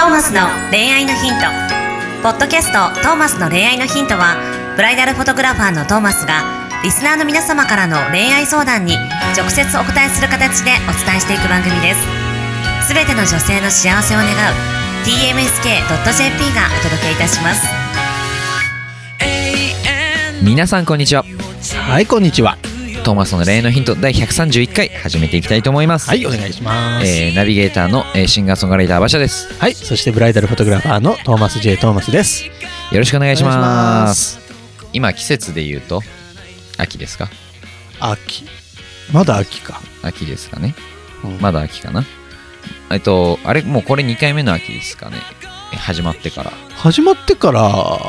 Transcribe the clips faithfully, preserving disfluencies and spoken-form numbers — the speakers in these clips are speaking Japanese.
ーマスの恋愛のヒント。ポッドキャストトーマスの恋愛のヒントは、ブライダルフォトグラファーのトーマスがリスナーの皆様からの恋愛相談に直接お答えする形でお伝えしていく番組です。すべての女性の幸せを願う ティーエムエスケードットジェーピー がお届けいたします。 皆さんこんにちは。 はい、こんにちは。 トーマスの恋愛のヒントだいひゃくさんじゅういっかい始めていきたいと思います。 はい、お願いします。 えー、ナビゲーターの、えー、シンガーソングライター馬車です。 はい、そしてブライダルフォトグラファーのトーマス J トーマスです。 よろしくお願いします。今季節で言うと秋ですか？ 秋、まだ秋か。 秋ですかね、うん、まだ秋かな。えっとあれもうこれにかいめの秋ですかね。始まってから始まってから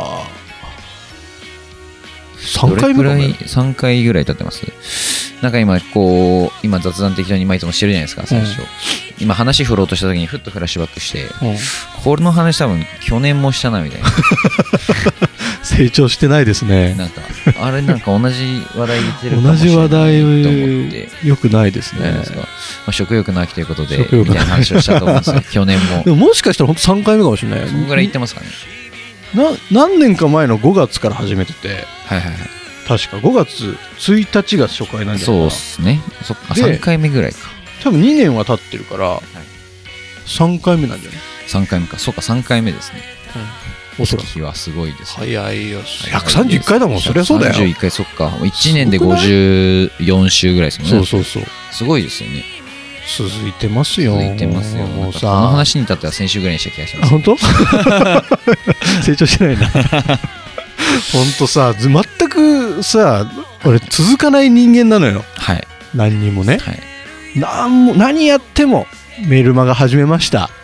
さんかいめかね。 さんかいぐらい経ってます。なんか今こう今雑談適当にいつもしてるじゃないですか最初、うん、今話振ろうとした時にふっとフラッシュバックして、うん、これの話多分去年もしたなみたいな成長してないですね。 なんかあれなんか同じ話題言ってるかもしれない同じ話題と思ってよくないですね。 まあ、食欲の秋ということでみたいな話をしたと思うんですよ去年も。 でももしかしたら本当さんかいめかもしれない。 そのぐらい言ってますかね。 な何年か前のごがつから始めてて、はいはいはい、確かごがつついたちが初回なんじゃないかな。そうですね。 そっかさんかいめぐらいか。 多分にねんは経ってるから、はい、さんかいめなんじゃない？ さんかいめか。そうかさんかいめですね。 うん、おそらく日はすごいですね。 早いよ。ひゃくさんじゅういっかいだもん。そりゃそうだよ。 ひゃくさんじゅういっかい、そっか。いちねんでごじゅうよんしゅうぐらいですもんね。 そうそうそう。 すごいですよね。 続いてますよ。 続いてますよ。もうさ、この話に至っては先週ぐらいにした気がします。 本当？成長してないな。本当さ、全くさ、俺続かない人間なのよ。はい。何にもね。はい。何も何やってもメルマガ始めました。はい。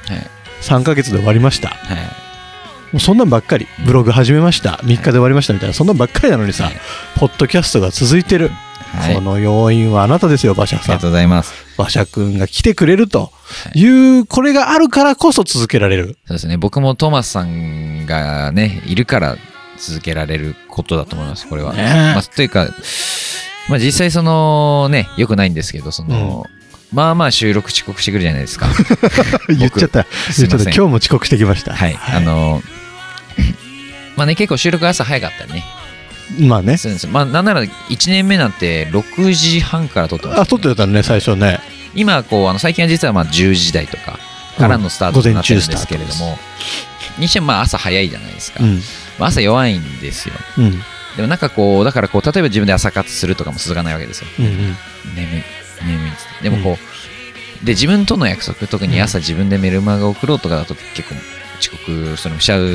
さんかげつで終わりました。はい。もうそんなんばっかり。ブログ始めました。みっかで終わりましたみたいな、そんなんばっかりなのにさ、はい、ポッドキャストが続いてる。はい、その要因はあなたですよ、馬車さん。 ありがとうございます。 馬車くんが来てくれるという、はい、これがあるからこそ続けられる。 そうですね。僕もトーマスさんがねいるから続けられることだと思います。これは。ね、まあ、というか、まあ、実際そのね良くないんですけど、その、うん、まあまあ収録遅刻してくるじゃないですか。 言っちゃった。言っちゃった。今日も遅刻してきました。 はい。はい、あのまあね結構収録朝早かったりね。 まあね。 そうです。まあなんならいちねんめなんてろくじはんから撮ってました、ね。 あ、撮ってたね最初ね。 今こうあの最近は実はまあじゅうじ台とかからのスタートになってるんですけれども、にしてもまあ朝早いじゃないですか。うん、まあ、朝弱いんですよ。うん、でもなんかこうだからこう例えば自分で朝活するとかも続かないわけですよ。うんうん、眠い眠いっつって。でもこう、うん、で自分との約束、特に朝自分でメルマガを送ろうとかだと結構遅刻それもしちゃう、うんうん、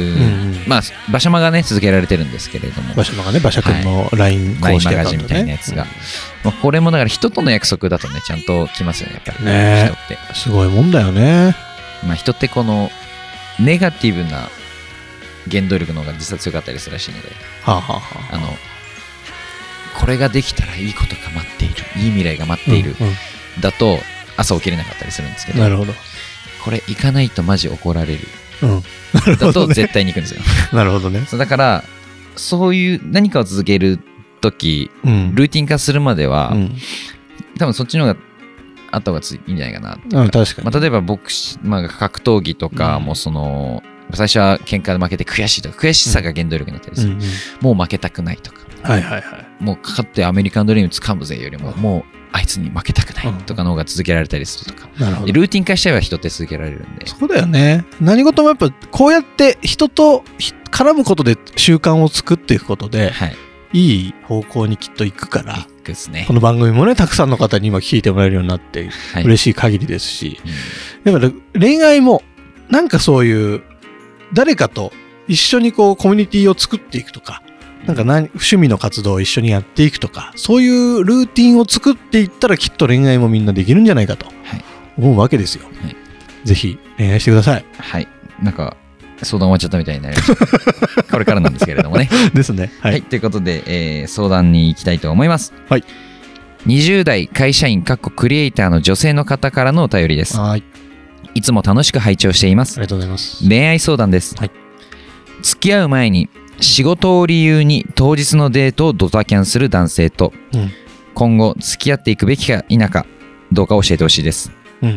まあ馬車マがね続けられてるんですけれども、 馬車マがね馬車くんの ライン 公式アカウントね、ラインマガジンみたいなやつが、うんまあ、これもだから人との約束だとねちゃんと来ますよねやっぱりね。人ってすごいもんだよね。 まあ人ってこのネガティブな原動力の方が実は強かったりするらしいので、はあはあはあ、あのこれができたらいいことが待っている、いい未来が待っている、うんうん、だと朝起きれなかったりするんですけど、 なるほど。 これ行かないとマジ怒られる、うん、だと絶対に行くんですよ。 なるほどね。 そうだからそういう何かを続けるとき、うん、ルーティン化するまでは、うん、多分そっちの方があった方がいいんじゃないかなって。 うん、確かに。 まあ、例えばボクシ、まあ、格闘技とかもその、うん、最初は喧嘩で負けて悔しいとか悔しさが原動力になったりする、うんうんうん、もう負けたくないとか、はいはいはい、もうかかってアメリカンドリーム掴むぜよりも、うん、もうあいつに負けたくないとかの方が続けられたりするとか、うん、なるほど。ルーティン化しちゃえば人って続けられるんで。 そうだよね。何事もやっぱこうやって人と絡むことで習慣を作っていくことで、はい、いい方向にきっと行くから、ですね、この番組もねたくさんの方に今聞いてもらえるようになって嬉しい限りですし、はい、だから恋愛もなんかそういう誰かと一緒にこうコミュニティを作っていくとか、なんか何趣味の活動を一緒にやっていくとか、そういうルーティンを作っていったらきっと恋愛もみんなできるんじゃないかと思うわけですよ。はい、ぜひ恋愛してください。 はい。なんか相談終わっちゃったみたいになりましたこれからなんですけれどもね。 ですね。はい、はい。 ということで、えー、相談に行きたいと思います。はい。にじゅう代会社員クリエイターの女性の方からのお便りです。はい。いつも楽しく拝聴しています。 ありがとうございます。 恋愛相談です。はい。付き合う前に仕事を理由に当日のデートをドタキャンする男性と、うん、今後付き合っていくべきか否かどうか教えてほしいです。うん。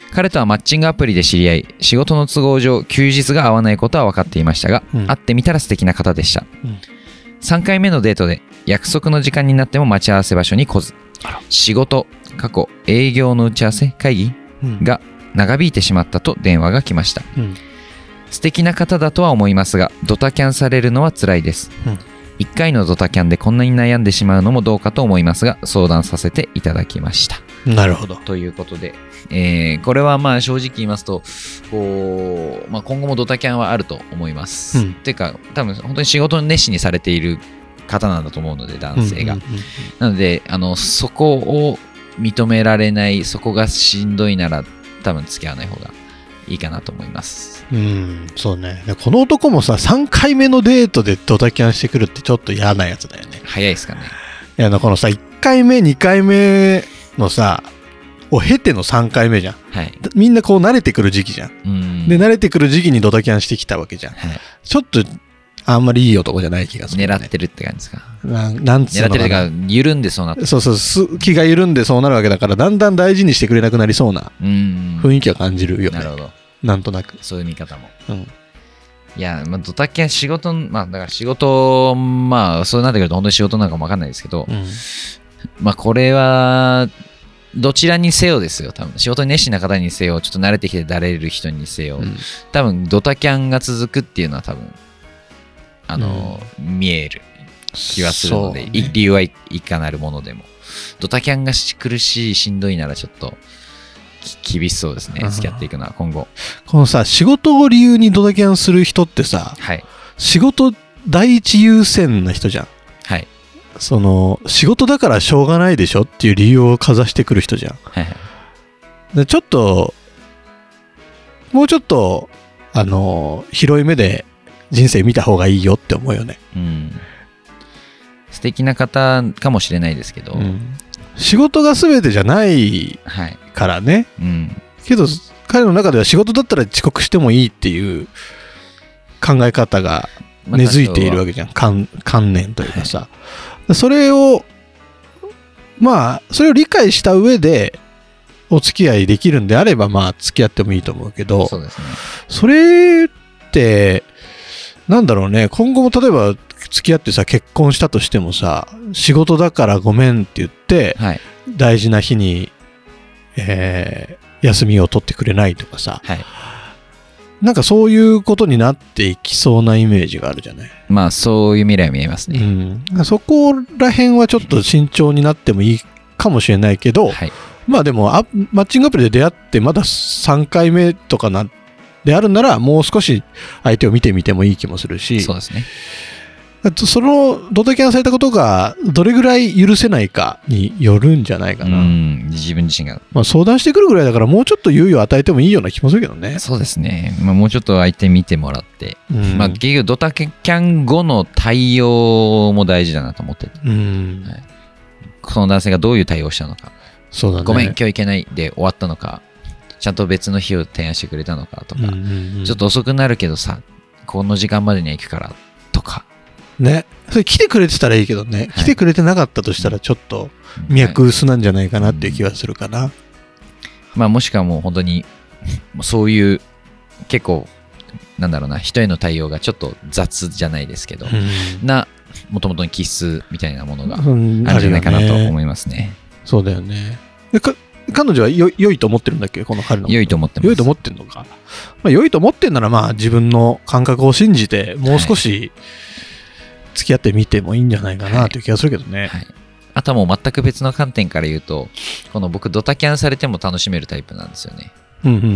彼とはマッチングアプリで知り合い、仕事の都合上休日が合わないことは分かっていましたが、うん、会ってみたら素敵な方でした、うん、さんかいめのデートで約束の時間になっても待ち合わせ場所に来ず、仕事過去営業の打ち合わせ会議が長引いてしまったと電話が来ました、うん、素敵な方だとは思いますがドタキャンされるのは辛いです、うん、いっかいのドタキャンでこんなに悩んでしまうのもどうかと思いますが相談させていただきました。 なるほど。 ということで、えー、これはまあ正直言いますとこう、まあ、今後もドタキャンはあると思います、うん、ていうか多分本当に仕事に熱心にされている方なんだと思うので男性が、うんうんうんうん、なのであのそこを認められない、そこがしんどいなら多分付き合わない方がいいかなと思います。 うん、そうね。この男もささんかいめのデートでドタキャンしてくるってちょっと嫌なやつだよね。 早いですかね。 いやこのさいっかいめにかいめのさを経てのさんかいめじゃん、はい、みんなこう慣れてくる時期じゃん。うんで慣れてくる時期にドタキャンしてきたわけじゃん、はい、ちょっとあんまりいい男じゃない気がする、ね、 狙ってるって感じですか。 ななんつうのかな、狙ってるが緩んでそうなってそうそう気が緩んでそうなるわけだからだんだん大事にしてくれなくなりそうな雰囲気は感じるよね。 なるほど。 なんとなくそういう見方も、うん、いや、まあ、ドタキャン仕事まあだから仕事まあそうなってくると本当に仕事なのかも分かんないですけど、うん、まあこれはどちらにせよですよ。多分仕事に熱心な方にせよちょっと慣れてきてだれる人にせよ、うん、多分ドタキャンが続くっていうのは多分あの、うん、見える気はするので、ね、理由はいかなるものでもドタキャンが苦しいしんどいならちょっと厳しそうですね。付き合っていくのは今後。 このさ仕事を理由にドタキャンする人ってさ、はい、仕事第一優先な人じゃん。はい。その仕事だからしょうがないでしょっていう理由をかざしてくる人じゃん。はいはい、でちょっともうちょっとあの広い目で人生見た方がいいよって思うよね。うん。 素敵な方かもしれないですけど、うん、 仕事が全てじゃないからね、はいうん、けど彼の中では仕事だったら遅刻してもいいっていう考え方が根付いているわけじゃん、観念というかさ、はい、それをまあそれを理解した上でお付き合いできるんであればまあ付き合ってもいいと思うけど、そうですね、それってなんだろうね、今後も例えば付き合ってさ結婚したとしてもさ仕事だからごめんって言って、はい、大事な日に、えー、休みを取ってくれないとかさ、はい、なんかそういうことになっていきそうなイメージがあるじゃない。 まあそういう未来見えますね、 うん、そこら辺はちょっと慎重になってもいいかもしれないけど、はい、まあでもあマッチングアプリで出会ってまださんかいめとかなであるならもう少し相手を見てみてもいい気もするし、 そうですね。 そのドタキャンされたことがどれぐらい許せないかによるんじゃないかな。うん自分自身が、 まあ、相談してくるぐらいだからもうちょっと猶予を与えてもいいような気もするけどね。 そうですね、まあ、もうちょっと相手見てもらって、うんまあ、結局ドタキャン後の対応も大事だなと思ってて、うんはい、その男性がどういう対応をしたのか、そうだね、ごめん今日行けないで終わったのか、ちゃんと別の日を提案してくれたのかとか、うんうんうん、ちょっと遅くなるけどさこの時間までには行くからとかね、それ来てくれてたらいいけどね、はい、来てくれてなかったとしたらちょっと脈薄なんじゃないかなっていう気はするかな、はいうん、 まあもしくはもう本当にそういう結構なんだろうな人への対応がちょっと雑じゃないですけど、うん、なもともとの気質みたいなものがあるんじゃないかなと思いますね、うん、 そうだよね。でか彼女はよ良いと思ってるんだっけこの彼の良いと思ってます。 良いと思ってんのか、まあ、良いと思ってんならまあ自分の感覚を信じてもう少し、はい付き合ってみてもいいんじゃないかなという気がするけどね、はいはい、あとはもう全く別の観点から言うとこの僕ドタキャンされても楽しめるタイプなんですよね、うんうんうんうん、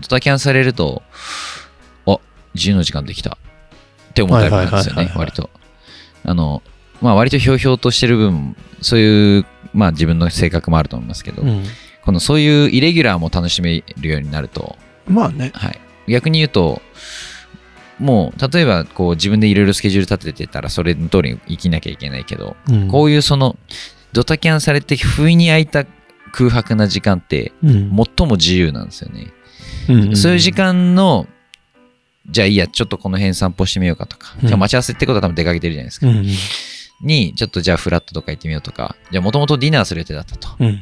ドタキャンされるとあ自由の時間できたって思うタイプなんですよね。割とあのまあ割とひょうひょうとしてる分そういうまあ自分の性格もあると思いますけど、うん、このそういうイレギュラーも楽しめるようになるとまあね、 はい、逆に言うともう例えばこう自分でいろいろスケジュール立ててたらそれの通りに生きなきゃいけないけど、うん、こういうそのドタキャンされて不意に空いた空白な時間って最も自由なんですよね、うんうん、そういう時間のじゃあいいやちょっとこの辺散歩してみようかとか、うん、じゃあ待ち合わせってことは多分出かけてるじゃないですか、うんうん、にちょっとじゃあフラットとか行ってみようとかじゃあもともとディナーする予定だったと、うん、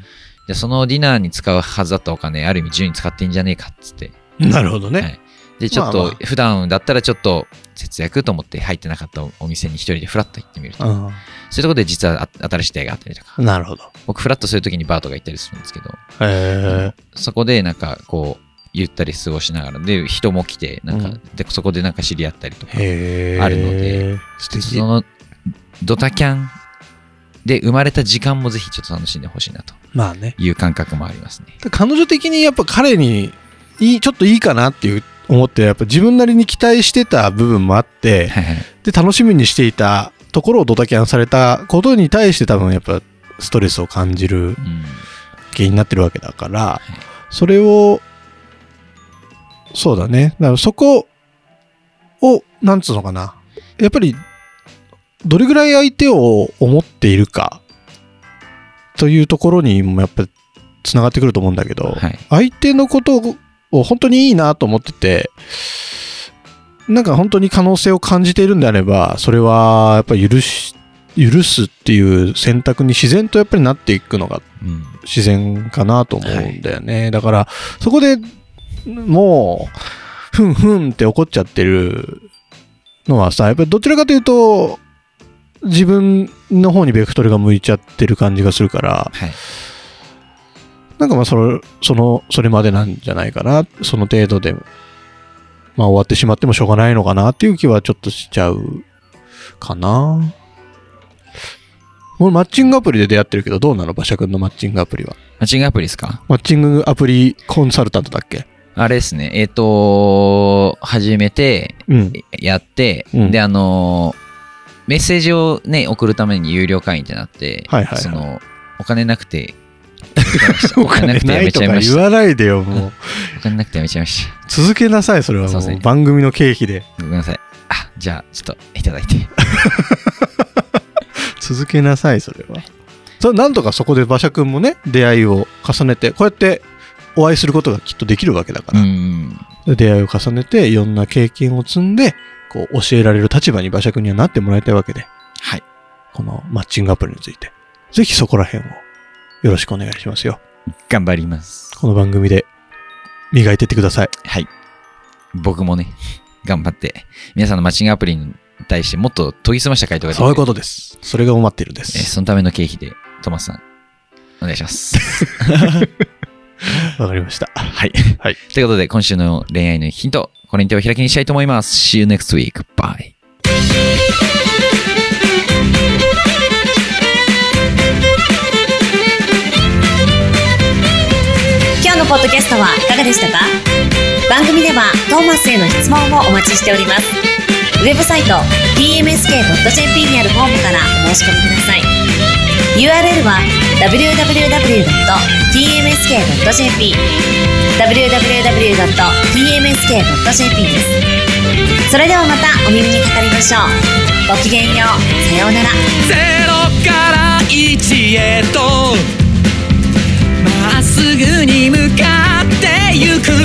じゃあそのディナーに使うはずだったお金ある意味自由に使っていいんじゃねえかっつって。 なるほどね、はい、 でちょっと普段だったらちょっと節約と思って入ってなかったお店に一人でフラッと行ってみると、うん、そういうところで実は新しい出会いがあったりとか。 なるほど。 僕フラッとそういう時にバーとか行ったりするんですけど、 へそこでなんかこうゆったり過ごしながらで人も来てなんか、うん、でそこでなんか知り合ったりとかあるので、素敵。そのドタキャンで生まれた時間もぜひちょっと楽しんでほしいなという感覚もありますね。 まあね、彼女的にやっぱ彼にいいちょっといいかなっていう思ってやっぱ自分なりに期待してた部分もあって、はいはい、で楽しみにしていたところをドタキャンされたことに対して多分やっぱストレスを感じる原因になってるわけだから、うんはい、それをそうだね。だからそこをなんつうのかな、やっぱりどれぐらい相手を思っているかというところにもやっぱりつながってくると思うんだけど、はい、相手のことを本当にいいなと思ってて、なんか本当に可能性を感じているんであれば、それはやっぱり許し許すっていう選択に自然とやっぱりなっていくのが自然かなと思うんだよね、うんはい、だからそこでもうふんふんって怒っちゃってるのはさ、やっぱりどちらかというと自分の方にベクトルが向いちゃってる感じがするから、はい、なんかまあそれ、そのそれまでなんじゃないかな、その程度でまあ終わってしまってもしょうがないのかなっていう気はちょっとしちゃうかな。もうマッチングアプリで出会ってるけどどうなの、馬車くんのマッチングアプリは。 マッチングアプリですか？ マッチングアプリコンサルタントだっけ？ あれですね、えっ、ー、と始めて、うん、やって、うん、であのメッセージをね送るために有料会員ってなって、はいはいはい、そのお金なくてお金なくてやめちゃいました。言わないでよもうお金なくてやめちゃいました。 続けなさい、それはもう、ね、番組の経費で。 ごめんなさい。あ、じゃあちょっといただいて続けなさい、それは。それなんとかそこで馬車くんもね出会いを重ねてこうやってお会いすることがきっとできるわけだから、うん、出会いを重ねていろんな経験を積んでこう教えられる立場に馬車くんにはなってもらいたいわけで、 はい、 このマッチングアプリについてぜひそこら辺をよろしくお願いしますよ。 頑張ります。 この番組で磨いてってください。 はい、僕もね頑張って皆さんのマッチングアプリに対してもっと研ぎ澄ました回答ができる。 そういうことです。それが思っているんです、 えー、そのための経費でトマスさんお願いしますわかりました。 はい、はい。ということで今週の恋愛のヒント、これに手を開きにしたいと思います。See you next week. Bye. 今日のポッドキャストはいかがでしたか？番組ではトーマスへの質問をお待ちしております。ウェブサイト ティーエムエスケードットジェーピー にあるフォームからお申し込みください。ユーアールエル は ダブリューダブリューダブリュードットティーエムエスケードットジェーピー ダブリューダブリューダブリュードットティーエムエスケードットジェーピー です。それではまたお耳にかかりましょう。ごきげんよう。さようなら。 ゼロからいちへとまっすぐに向かってゆく、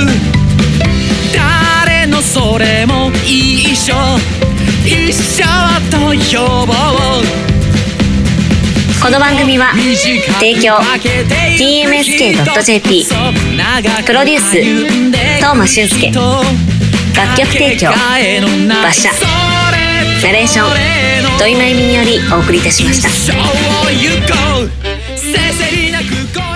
誰のそれも一緒一緒と呼ぼう。 この番組は提供 ティーエムエスケードットジェーピー プロデュース東間俊介、楽曲提供馬車、ナレーション土井真由美によりお送りいたしました。